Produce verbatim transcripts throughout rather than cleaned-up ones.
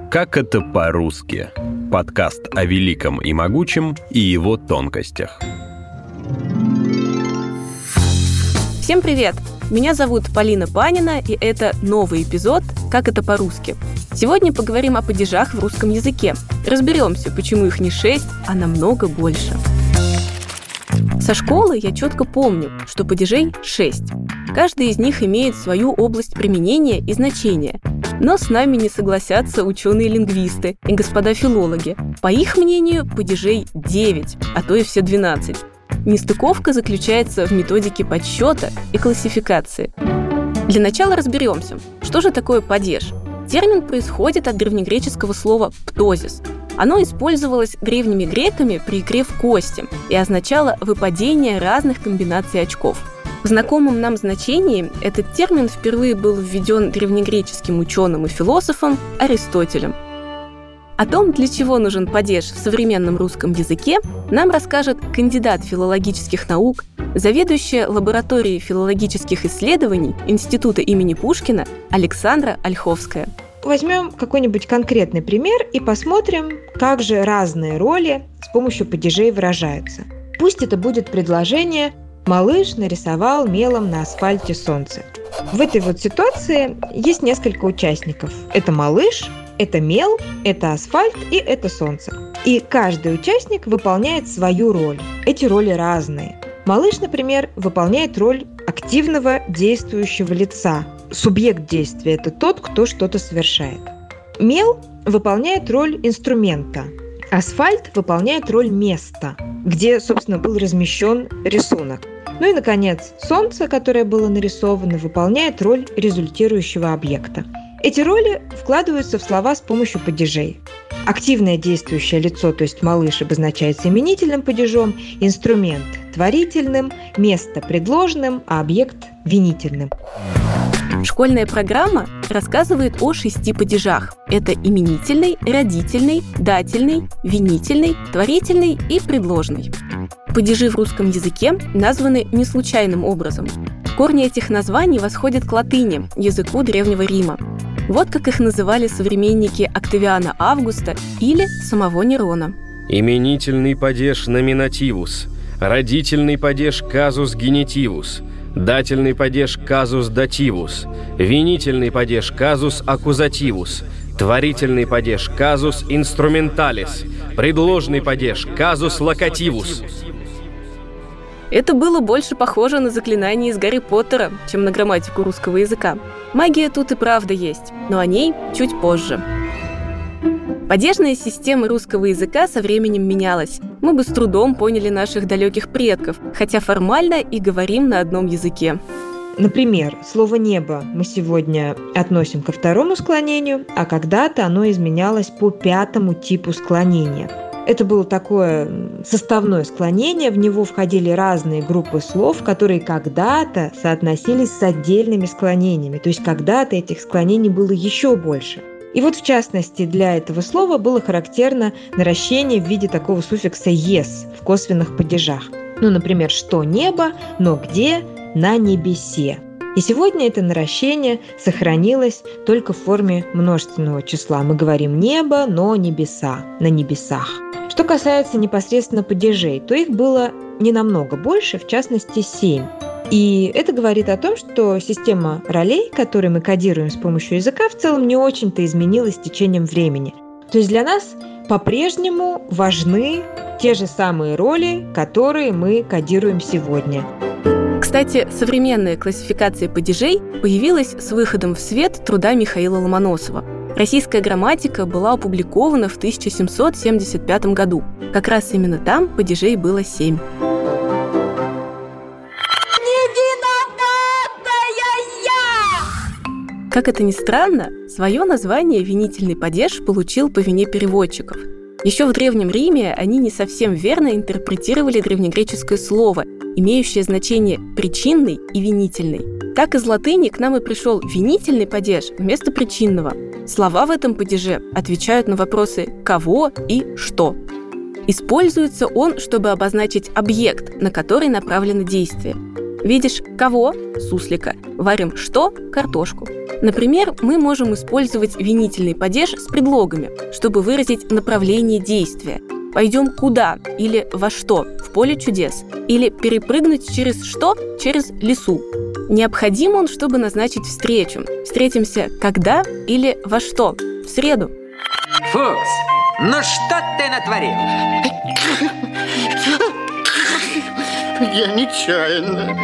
Как это по-русски? Подкаст о великом и могучем и его тонкостях. Всем привет! Меня зовут Полина Панина, и это новый эпизод «Как это по-русски?». Сегодня поговорим о падежах в русском языке. Разберемся, почему их не шесть, а намного больше. Со школы я четко помню, что падежей шесть. Каждый из них имеет свою область применения и значения. Но с нами не согласятся ученые-лингвисты и господа филологи. По их мнению, падежей девять, а то и все двенадцать. Нестыковка заключается в методике подсчета и классификации. Для начала разберемся, что же такое падеж. Термин происходит от древнегреческого слова «птозис». Оно использовалось древними греками при игре в кости и означало выпадение разных комбинаций очков. В знакомом нам значении этот термин впервые был введен древнегреческим ученым и философом Аристотелем. О том, для чего нужен падеж в современном русском языке, нам расскажет кандидат филологических наук, заведующая лабораторией филологических исследований Института имени Пушкина Александра Ольховская. Возьмем какой-нибудь конкретный пример и посмотрим, как же разные роли с помощью падежей выражаются. Пусть это будет предложение «Малыш нарисовал мелом на асфальте солнце». В этой вот ситуации есть несколько участников. Это малыш, это мел, это асфальт и это солнце. И каждый участник выполняет свою роль. Эти роли разные. Малыш, например, выполняет роль активного действующего лица. Субъект действия – это тот, кто что-то совершает. Мел выполняет роль инструмента. Асфальт выполняет роль места, где, собственно, был размещен рисунок. Ну и, наконец, солнце, которое было нарисовано, выполняет роль результирующего объекта. Эти роли вкладываются в слова с помощью падежей. Активное действующее лицо, то есть малыш, обозначается именительным падежом, инструмент – творительным, место – предложным, а объект – винительным. Школьная программа рассказывает о шести падежах. Это именительный, родительный, дательный, винительный, творительный и предложный. Падежи в русском языке названы не случайным образом. Корни этих названий восходят к латыни, языку Древнего Рима. Вот как их называли современники Октавиана Августа или самого Нерона. Именительный падеж номинативус, родительный падеж казус генитивус, дательный падеж казус дативус, винительный падеж казус аккузативус, творительный падеж казус инструменталис, предложный падеж казус локативус. Это было больше похоже на заклинание из Гарри Поттера, чем на грамматику русского языка. Магия тут и правда есть, но о ней чуть позже. Падежная система русского языка со временем менялась. Мы бы с трудом поняли наших далеких предков, хотя формально и говорим на одном языке. Например, слово «небо» мы сегодня относим ко второму склонению, а когда-то оно изменялось по пятому типу склонения. Это было такое составное склонение, в него входили разные группы слов, которые когда-то соотносились с отдельными склонениями, то есть когда-то этих склонений было еще больше. И вот в частности для этого слова было характерно наращение в виде такого суффикса «ес» в косвенных падежах. Ну, например, «что небо», «но где», «на небесе». И сегодня это наращение сохранилось только в форме множественного числа. Мы говорим «небо», но «небеса», «на небесах». Что касается непосредственно падежей, то их было не намного больше, в частности, семь. И это говорит о том, что система ролей, которые мы кодируем с помощью языка, в целом не очень-то изменилась с течением времени. То есть для нас по-прежнему важны те же самые роли, которые мы кодируем сегодня. Кстати, современная классификация падежей появилась с выходом в свет труда Михаила Ломоносова. Российская грамматика была опубликована в тысяча семьсот семьдесят пятом году. Как раз именно там падежей было семь. Как это ни странно, свое название винительный падеж получил по вине переводчиков. Еще в Древнем Риме они не совсем верно интерпретировали древнегреческое слово, имеющее значение «причинный» и «винительный». Так из латыни к нам и пришел винительный падеж вместо причинного. Слова в этом падеже отвечают на вопросы «кого» и «что». Используется он, чтобы обозначить объект, на который направлено действие. Видишь кого? Суслика. Варим что? Картошку. Например, мы можем использовать винительный падеж с предлогами, чтобы выразить направление действия. Пойдем куда или во что? В поле чудес. Или перепрыгнуть через что? Через лесу. Необходим он, чтобы назначить встречу. Встретимся когда или во что? В среду. Фукс, ну что ты натворил? Я нечаянно.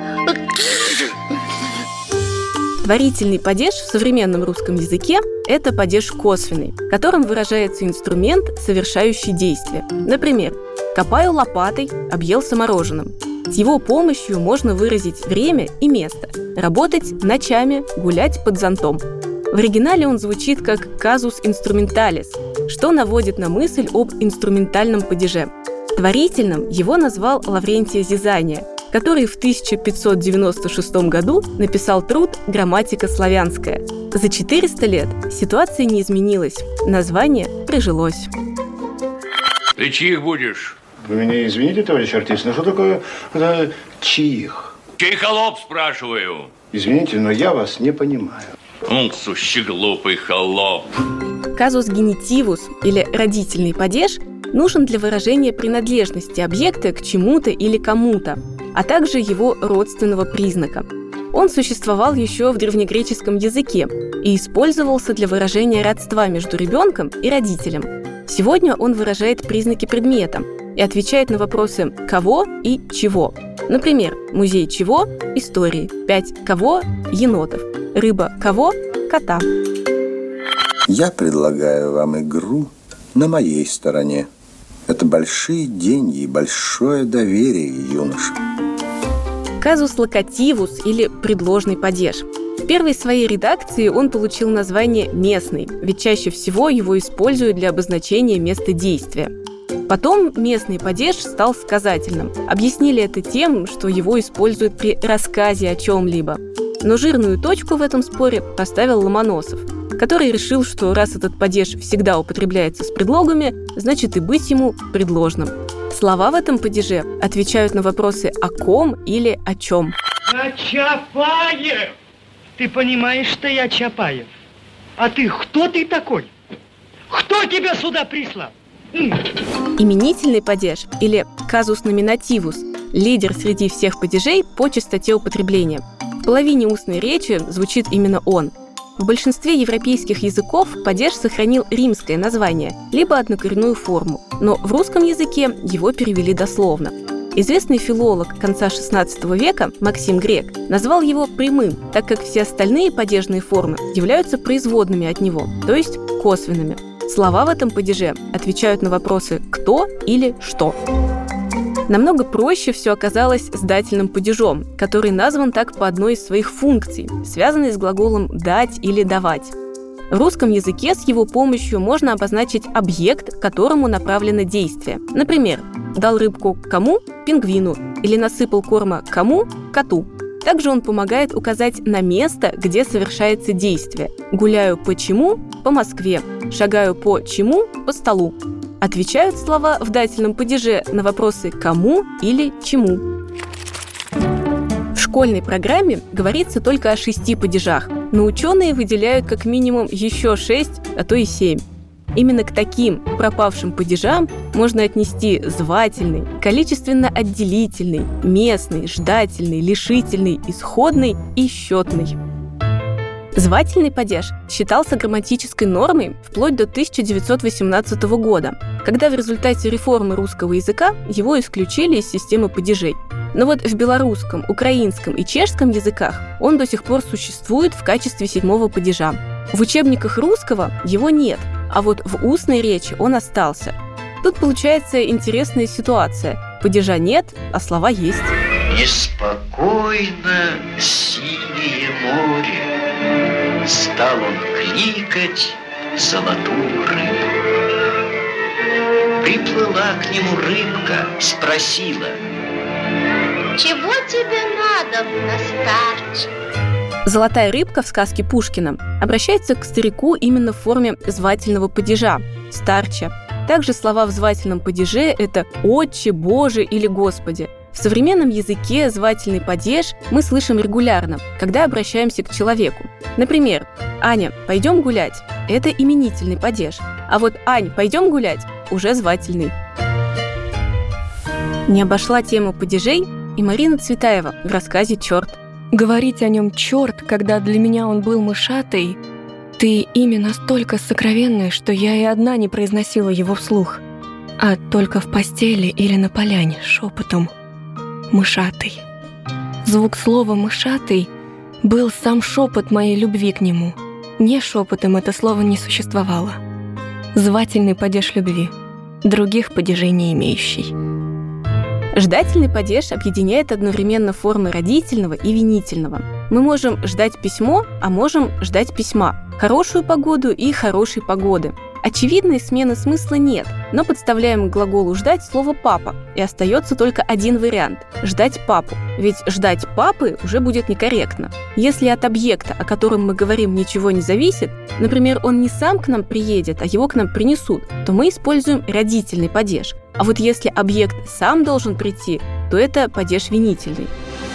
Творительный падеж в современном русском языке – это падеж косвенный, которым выражается инструмент, совершающий действие. Например, «копаю лопатой, объелся мороженым». С его помощью можно выразить время и место, работать ночами, гулять под зонтом. В оригинале он звучит как «казус инструменталис», что наводит на мысль об инструментальном падеже. Творительным его назвал Лаврентий Зизания, который в тысяча пятьсот девяносто шестом году написал труд «Грамматика славянская». За четыреста лет ситуация не изменилась, название прижилось. Ты чьих будешь? Вы меня извините, товарищ артист, но что такое это, чьих? Чей холоп, спрашиваю? Извините, но я вас не понимаю. Ум, сущий глупый холоп. Казус генитивус или родительный падеж нужен для выражения принадлежности объекта к чему-то или кому-то, а также его родственного признака. Он существовал еще в древнегреческом языке и использовался для выражения родства между ребенком и родителем. Сегодня он выражает признаки предмета и отвечает на вопросы «кого» и «чего». Например, музей чего – истории, пять кого – енотов, рыба кого – кота. Я предлагаю вам игру на моей стороне. Это большие деньги и большое доверие, юноша. Казус локативус или предложный падеж. В первой своей редакции он получил название «местный», ведь чаще всего его используют для обозначения места действия. Потом местный падеж стал сказательным. Объяснили это тем, что его используют при рассказе о чем-либо. Но жирную точку в этом споре поставил Ломоносов, который решил, что раз этот падеж всегда употребляется с предлогами, значит и быть ему предложным. Слова в этом падеже отвечают на вопросы «о ком» или «о чем». Я Чапаев! Ты понимаешь, что я Чапаев? А ты кто ты такой? Кто тебя сюда прислал? Именительный падеж или казус номинативус – лидер среди всех падежей по частоте употребления. В половине устной речи звучит именно он. В большинстве европейских языков падеж сохранил римское название, либо однокоренную форму, но в русском языке его перевели дословно. Известный филолог конца шестнадцатого века Максим Грек назвал его прямым, так как все остальные падежные формы являются производными от него, то есть косвенными. Слова в этом падеже отвечают на вопросы «кто» или «что». Намного проще все оказалось с дательным падежом, который назван так по одной из своих функций, связанной с глаголом «дать» или «давать». В русском языке с его помощью можно обозначить объект, к которому направлено действие. Например, дал рыбку кому? Пингвину. Или насыпал корма кому? Коту. Также он помогает указать на место, где совершается действие. Гуляю по чему? По Москве. Шагаю по чему? По столу. Отвечают слова в дательном падеже на вопросы «кому» или «чему». В школьной программе говорится только о шести падежах, но ученые выделяют как минимум еще шесть, а то и семь. Именно к таким пропавшим падежам можно отнести звательный, количественно-отделительный, местный, ждательный, лишительный, исходный и счетный. Звательный падеж считался грамматической нормой вплоть до тысяча девятьсот восемнадцатого года, когда в результате реформы русского языка его исключили из системы падежей. Но вот в белорусском, украинском и чешском языках он до сих пор существует в качестве седьмого падежа. В учебниках русского его нет, а вот в устной речи он остался. Тут получается интересная ситуация. Падежа нет, а слова есть. Неспокойно синее море, стал он кликать золотую рыбу. Приплыла к нему рыбка, спросила: чего тебе надо, старче? Золотая рыбка в сказке Пушкина обращается к старику именно в форме звательного падежа «старче». Также слова в звательном падеже – это «отче», «боже» или «господи». В современном языке звательный падеж мы слышим регулярно, когда обращаемся к человеку. Например, «Аня, пойдем гулять» – это именительный падеж, а вот «Ань, пойдем гулять» – уже звательный. Не обошла тему падежей и Марина Цветаева в рассказе «Черт». Говорить о нем «черт», когда для меня он был мышатый, ты имя настолько сокровенное, что я и одна не произносила его вслух, а только в постели или на поляне шепотом. Мышатый. Звук слова «мышатый» был сам шепот моей любви к нему. Не шепотом это слово не существовало. Звательный падеж любви, других падежей не имеющий. Ждательный падеж объединяет одновременно формы родительного и винительного. Мы можем ждать письмо, а можем ждать письма. Хорошую погоду и хорошей погоды. Очевидной смены смысла нет, но подставляем к глаголу «ждать» слово «папа», и остается только один вариант – «ждать папу», ведь «ждать папы» уже будет некорректно. Если от объекта, о котором мы говорим, ничего не зависит, например, он не сам к нам приедет, а его к нам принесут, то мы используем родительный падеж. А вот если объект сам должен прийти, то это падеж винительный.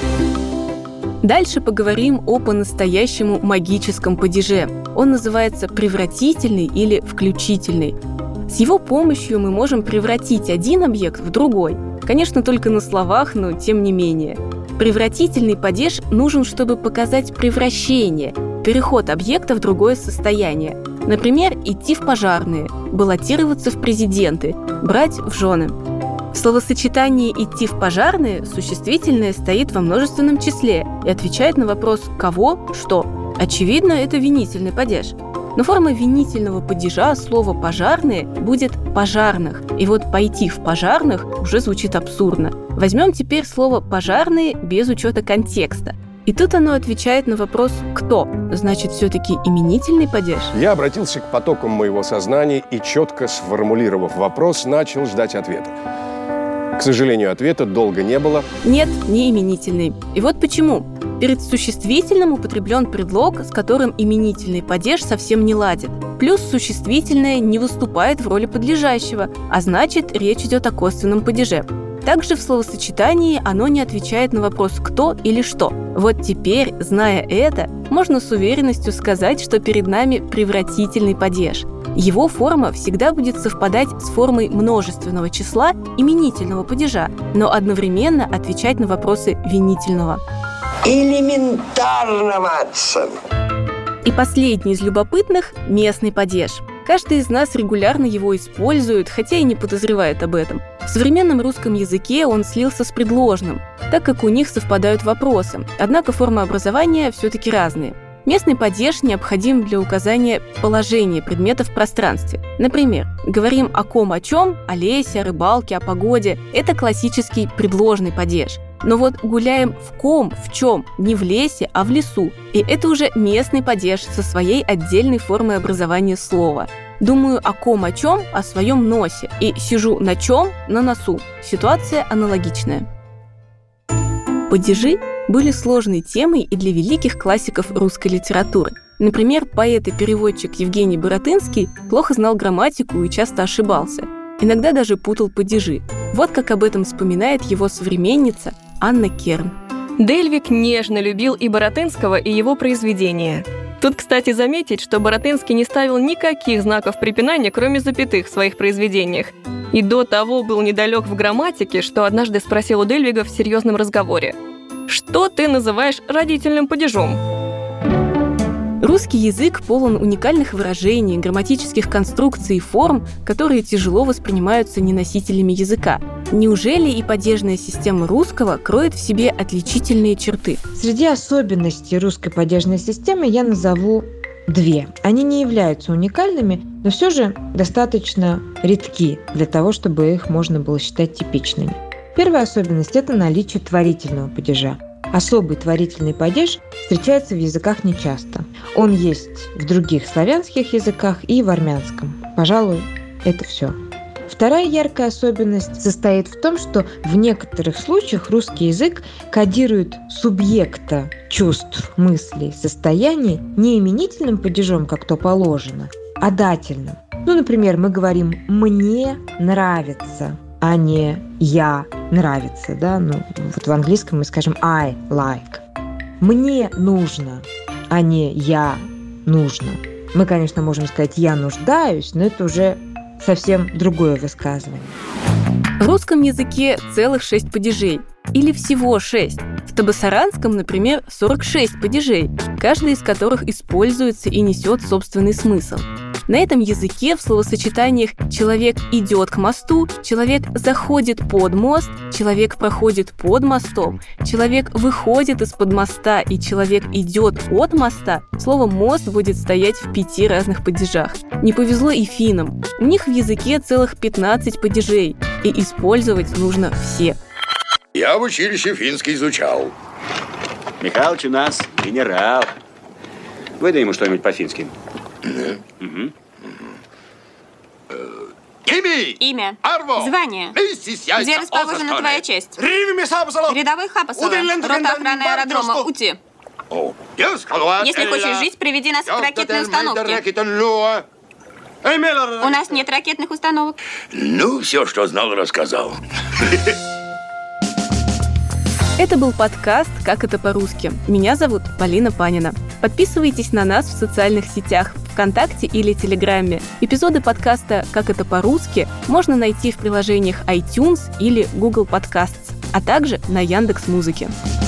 Дальше поговорим о по-настоящему магическом падеже. Он называется превратительный или включительный. С его помощью мы можем превратить один объект в другой. Конечно, только на словах, но тем не менее. Превратительный падеж нужен, чтобы показать превращение, переход объекта в другое состояние. Например, идти в пожарные, баллотироваться в президенты, брать в жены. В словосочетании «идти в пожарные» существительное стоит во множественном числе и отвечает на вопрос «кого?», «что?». Очевидно, это винительный падеж. Но форма винительного падежа слова «пожарные» будет «пожарных». И вот «пойти в пожарных» уже звучит абсурдно. Возьмем теперь слово «пожарные» без учета контекста. И тут оно отвечает на вопрос «кто?». Значит, все-таки именительный падеж? Я обратился к потокам моего сознания и, четко сформулировав вопрос, начал ждать ответа. К сожалению, ответа долго не было. Нет, не именительный. И вот почему. Перед существительным употреблен предлог, с которым именительный падеж совсем не ладит. Плюс существительное не выступает в роли подлежащего, а значит, речь идет о косвенном падеже. Также в словосочетании оно не отвечает на вопрос «кто» или «что». Вот теперь, зная это, можно с уверенностью сказать, что перед нами превратительный падеж. Его форма всегда будет совпадать с формой множественного числа именительного падежа, но одновременно отвечать на вопросы винительного. Элементарно, Ватсон! И последний из любопытных – местный падеж. Каждый из нас регулярно его использует, хотя и не подозревает об этом. В современном русском языке он слился с предложным, так как у них совпадают вопросы, однако формы образования все-таки разные. Местный падеж необходим для указания положения предмета в пространстве. Например, говорим о ком о чем, о лесе, о рыбалке, о погоде. Это классический предложный падеж. Но вот гуляем в ком, в чем, не в лесе, а в лесу. И это уже местный падеж со своей отдельной формой образования слова. Думаю о ком о чем, о своем носе. И сижу на чем, на носу. Ситуация аналогичная. Падежи были сложной темой и для великих классиков русской литературы. Например, поэт и переводчик Евгений Баратынский плохо знал грамматику и часто ошибался. Иногда даже путал падежи. Вот как об этом вспоминает его современница Анна Керн. Дельвиг нежно любил и Баратынского, и его произведения. Тут, кстати, заметить, что Баратынский не ставил никаких знаков препинания, кроме запятых в своих произведениях. И до того был недалек в грамматике, что однажды спросил у Дельвига в серьезном разговоре: «Что ты называешь родительным падежом?» Русский язык полон уникальных выражений, грамматических конструкций и форм, которые тяжело воспринимаются неносителями языка. Неужели и падежная система русского кроет в себе отличительные черты? Среди особенностей русской падежной системы я назову две. Они не являются уникальными, но все же достаточно редки для того, чтобы их можно было считать типичными. Первая особенность – это наличие творительного падежа. Особый творительный падеж встречается в языках нечасто. Он есть в других славянских языках и в армянском. Пожалуй, это все. Вторая яркая особенность состоит в том, что в некоторых случаях русский язык кодирует субъекта чувств, мыслей, состояний не именительным падежом, как то положено, а дательным. Ну, например, мы говорим «мне нравится». а не «я нравится». Да? Ну, вот в английском мы скажем «I like». «Мне нужно», а не «я нужно». Мы, конечно, можем сказать «я нуждаюсь», но это уже совсем другое высказывание. В русском языке целых шесть падежей. Или всего шесть. В табасаранском, например, сорок шесть падежей, каждый из которых используется и несет собственный смысл. На этом языке в словосочетаниях «человек идет к мосту», «человек заходит под мост», «человек проходит под мостом», «человек выходит из-под моста» и «человек идет от моста» слово «мост» будет стоять в пяти разных падежах. Не повезло и финнам. У них в языке целых пятнадцать падежей, и использовать нужно все. Я в училище финский изучал. Михалыч у нас генерал. Выдай ему что-нибудь по-фински. Угу. Имя. Имя. Арво. Звание. Где расположена твоя часть? Рядовой Хапасова. Рота охраны аэродрома. Ути. Если хочешь жить, приведи нас к ракетной установке. У нас нет ракетных установок. Ну, все, что знал, рассказал. Это был подкаст «Как это по-русски». Меня зовут Полина Панина. Подписывайтесь на нас в социальных сетях, ВКонтакте или Телеграме. Эпизоды подкаста «Как это по-русски» можно найти в приложениях iTunes или Google Podcasts, а также на Яндекс.Музыке.